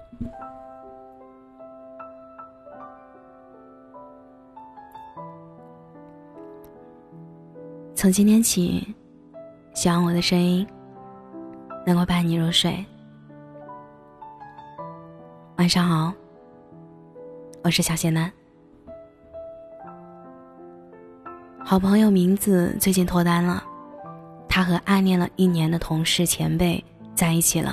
从今天起，希望我的声音能够伴你入睡。晚上好，我是小仙男。好朋友名字最近脱单了，他和暗恋了1年的同事前辈在一起了。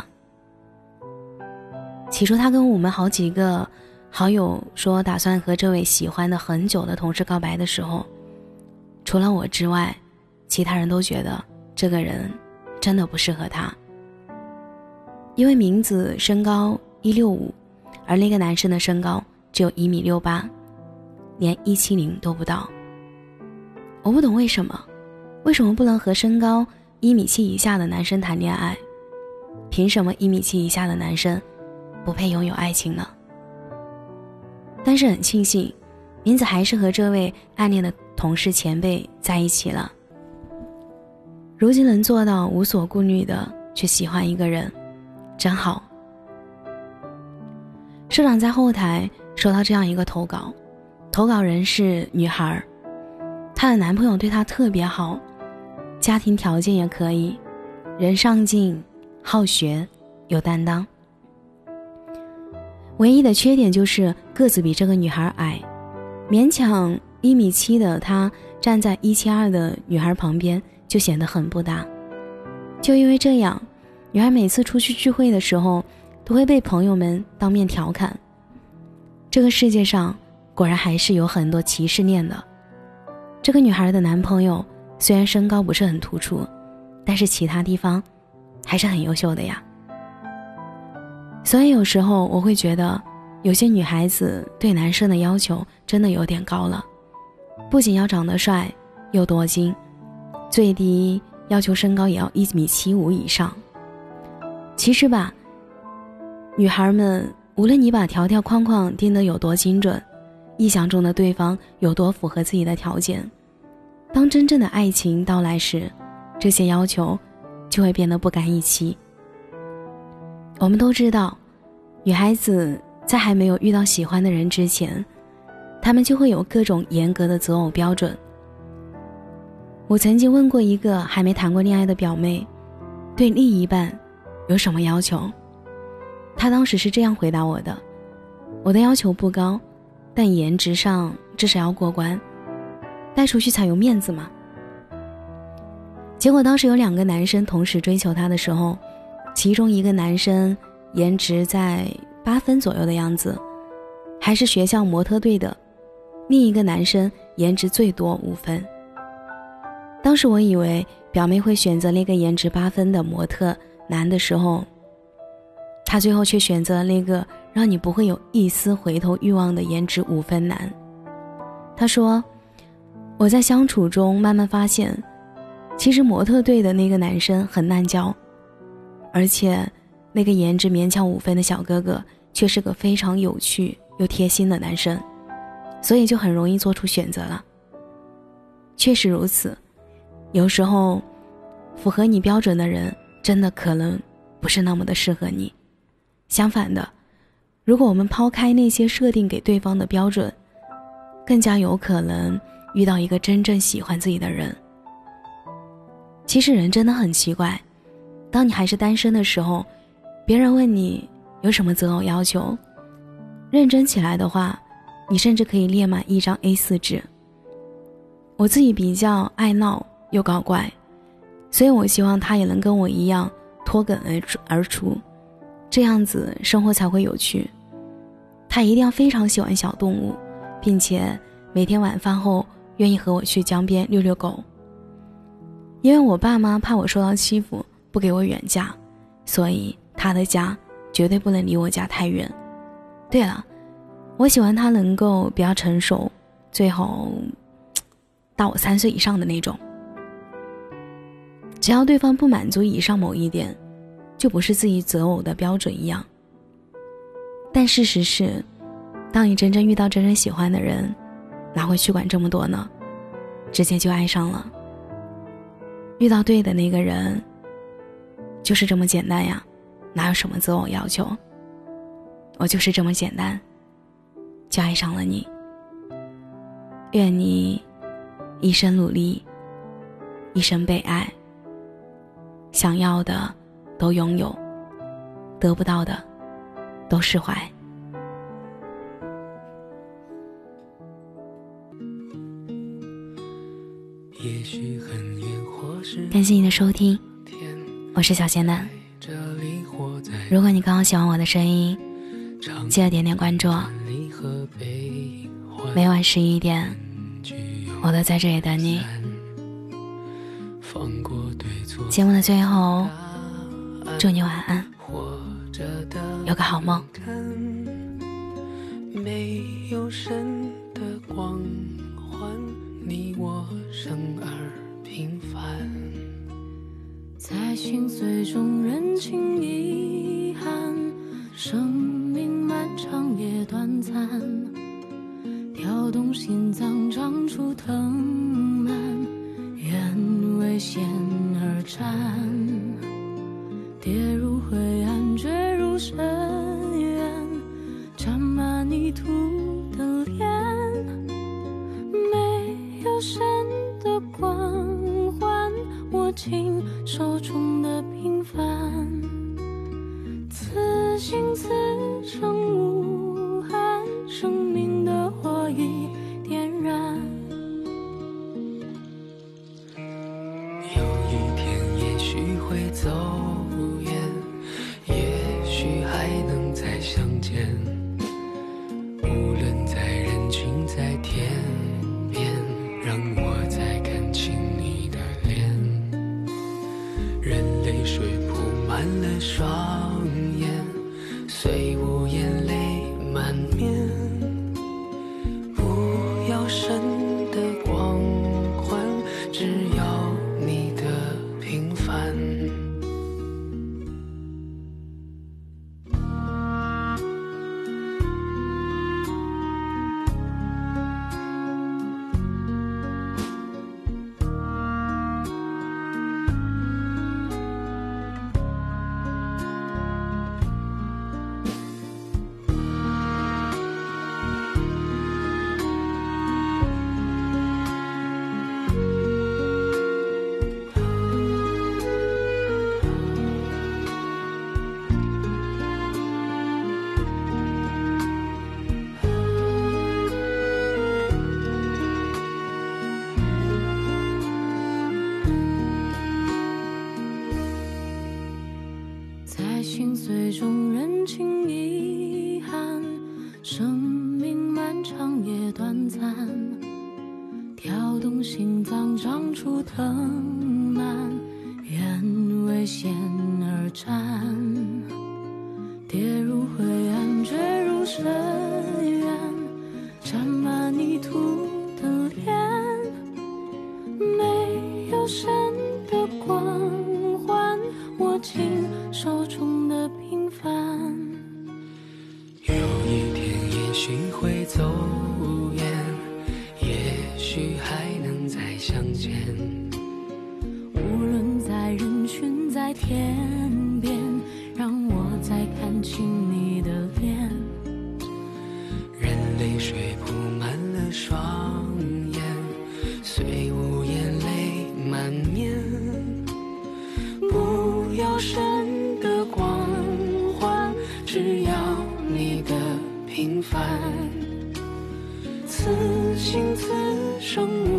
起初他跟我们好几个好友说打算和这位喜欢的很久的同事告白的时候，除了我之外，其他人都觉得这个人真的不适合他。因为名字身高165，而那个男生的身高只有1.68米，连170都不到。我不懂为什么不能和身高1.7米以下的男生谈恋爱？凭什么1.7米以下的男生不配拥有爱情呢？但是很庆幸，名字还是和这位暗恋的同事前辈在一起了。如今能做到无所顾虑的去喜欢一个人，真好。社长在后台收到这样一个投稿，投稿人是女孩，她的男朋友对她特别好，家庭条件也可以，人上进，好学，有担当。唯一的缺点就是个子比这个女孩矮，勉强1.7米的她站在1.72米的女孩旁边就显得很不搭。就因为这样，女孩每次出去聚会的时候都会被朋友们当面调侃。这个世界上果然还是有很多歧视链的。这个女孩的男朋友虽然身高不是很突出，但是其他地方还是很优秀的呀。所以有时候我会觉得，有些女孩子对男生的要求真的有点高了，不仅要长得帅，又多金，最低要求身高也要1.75米以上。其实吧，女孩们无论你把条条框框定得有多精准，臆想中的对方有多符合自己的条件，当真正的爱情到来时，这些要求就会变得不堪一击。我们都知道，女孩子在还没有遇到喜欢的人之前，她们就会有各种严格的择偶标准。我曾经问过一个还没谈过恋爱的表妹，对另一半有什么要求？她当时是这样回答我的：我的要求不高，但颜值上至少要过关，带出去才有面子嘛。结果当时有2个男生同时追求她的时候，其中一个男生颜值在8分左右的样子，还是学校模特队的，另一个男生颜值最多5分。当时我以为表妹会选择那个颜值8分的模特男的时候，她最后却选择了那个让你不会有一丝回头欲望的颜值5分男。她说，我在相处中慢慢发现，其实模特队的那个男生很难交，而且那个颜值勉强5分的小哥哥却是个非常有趣又贴心的男生，所以就很容易做出选择了。确实如此，有时候符合你标准的人真的可能不是那么的适合你。相反的，如果我们抛开那些设定给对方的标准，更加有可能遇到一个真正喜欢自己的人。其实人真的很奇怪，当你还是单身的时候，别人问你有什么择偶要求，认真起来的话，你甚至可以列满一张 A4 纸。我自己比较爱闹又搞怪，所以我希望他也能跟我一样脱梗而出，这样子生活才会有趣。他一定要非常喜欢小动物，并且每天晚饭后愿意和我去江边遛遛狗。因为我爸妈怕我受到欺负，不给我远嫁，所以他的家绝对不能离我家太远。对了，我喜欢他能够比较成熟，最好大我3岁以上的那种。只要对方不满足以上某一点，就不是自己择偶的标准一样。但事实是，当你真正遇到真正喜欢的人，哪会去管这么多呢？直接就爱上了。遇到对的那个人，就是这么简单呀，哪有什么择偶要求。 我就是这么简单，就爱上了你。愿你一生努力，一生被爱，想要的都拥有，得不到的都释怀。感谢你的收听，我是小仙男。如果你刚好喜欢我的声音，记得点点关注。每晚11点，我都在这里等你。节目的最后，祝你晚安，有个好梦。 没有神的光环，你我生而平凡，在心碎中认清遗憾，生命漫长也短暂，跳动心脏长出藤蔓，愿为险而战，跌入灰暗坠入深渊，沾满泥土的脸，没有神的光环，握紧手中的平凡，此心此生无憾，生命的火已点燃。有一天也许会走远，也许还能再相见，无论在人群在天边，让我再看清你的脸，任泪水铺满了双眼，虽无眼泪满面，不要神的光环，只要你的平凡。在心碎中认清遗憾，生命漫长也短暂，跳动心脏长出藤蔓，愿为险而战，跌入灰暗坠入深渊，沾满泥土的脸，没有神的光环，握紧手中的平凡。有一天也许会走远，也许还能再相见，无论在人群在天边，让我再看清你的脸，任泪水铺满了双眼，虽无眼泪满面，不要神的光环，只要你的平凡，此心此生